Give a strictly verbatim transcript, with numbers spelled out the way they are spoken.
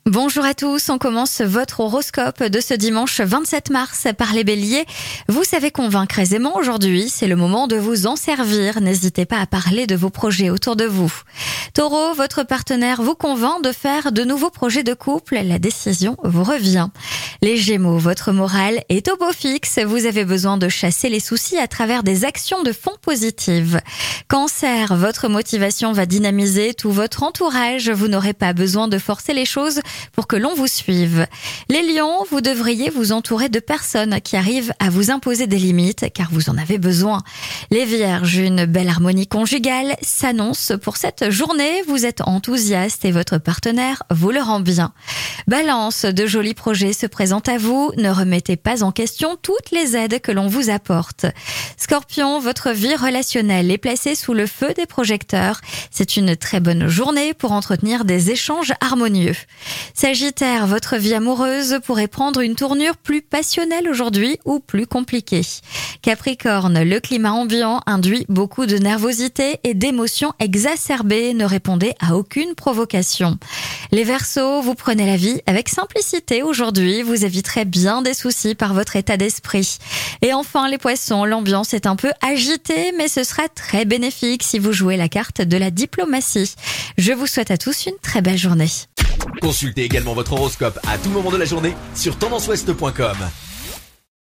Bonjour à tous, on commence votre horoscope de ce dimanche vingt-sept mars par les béliers. Vous savez convaincre aisément aujourd'hui, c'est le moment de vous en servir. N'hésitez pas à parler de vos projets autour de vous. Taureau, votre partenaire vous convainc de faire de nouveaux projets de couple, la décision vous revient. Les Gémeaux, votre morale est au beau fixe, vous avez besoin de chasser les soucis à travers des actions de fond positives. Cancer, votre motivation va dynamiser tout votre entourage, vous n'aurez pas besoin de forcer les choses pour que l'on vous suive. Les lions, vous devriez vous entourer de personnes qui arrivent à vous imposer des limites, car vous en avez besoin. Les vierges, une belle harmonie conjugale s'annonce pour cette journée. Vous êtes enthousiaste et votre partenaire vous le rend bien. Balance, de jolis projets se présentent à vous. Ne remettez pas en question toutes les aides que l'on vous apporte. Scorpion, votre vie relationnelle est placée sous le feu des projecteurs. C'est une très bonne journée pour entretenir des échanges harmonieux. Sagittaire, votre vie amoureuse pourrait prendre une tournure plus passionnelle aujourd'hui ou plus compliquée. Capricorne, le climat ambiant induit beaucoup de nervosité et d'émotions exacerbées. Ne répondez à aucune provocation. Les Verseaux, vous prenez la vie avec simplicité aujourd'hui. Vous éviterez bien des soucis par votre état d'esprit. Et enfin, les Poissons, l'ambiance est un peu agitée, mais ce sera très bénéfique si vous jouez la carte de la diplomatie. Je vous souhaite à tous une très belle journée. Consultez également votre horoscope à tout moment de la journée sur tendance ouest point com.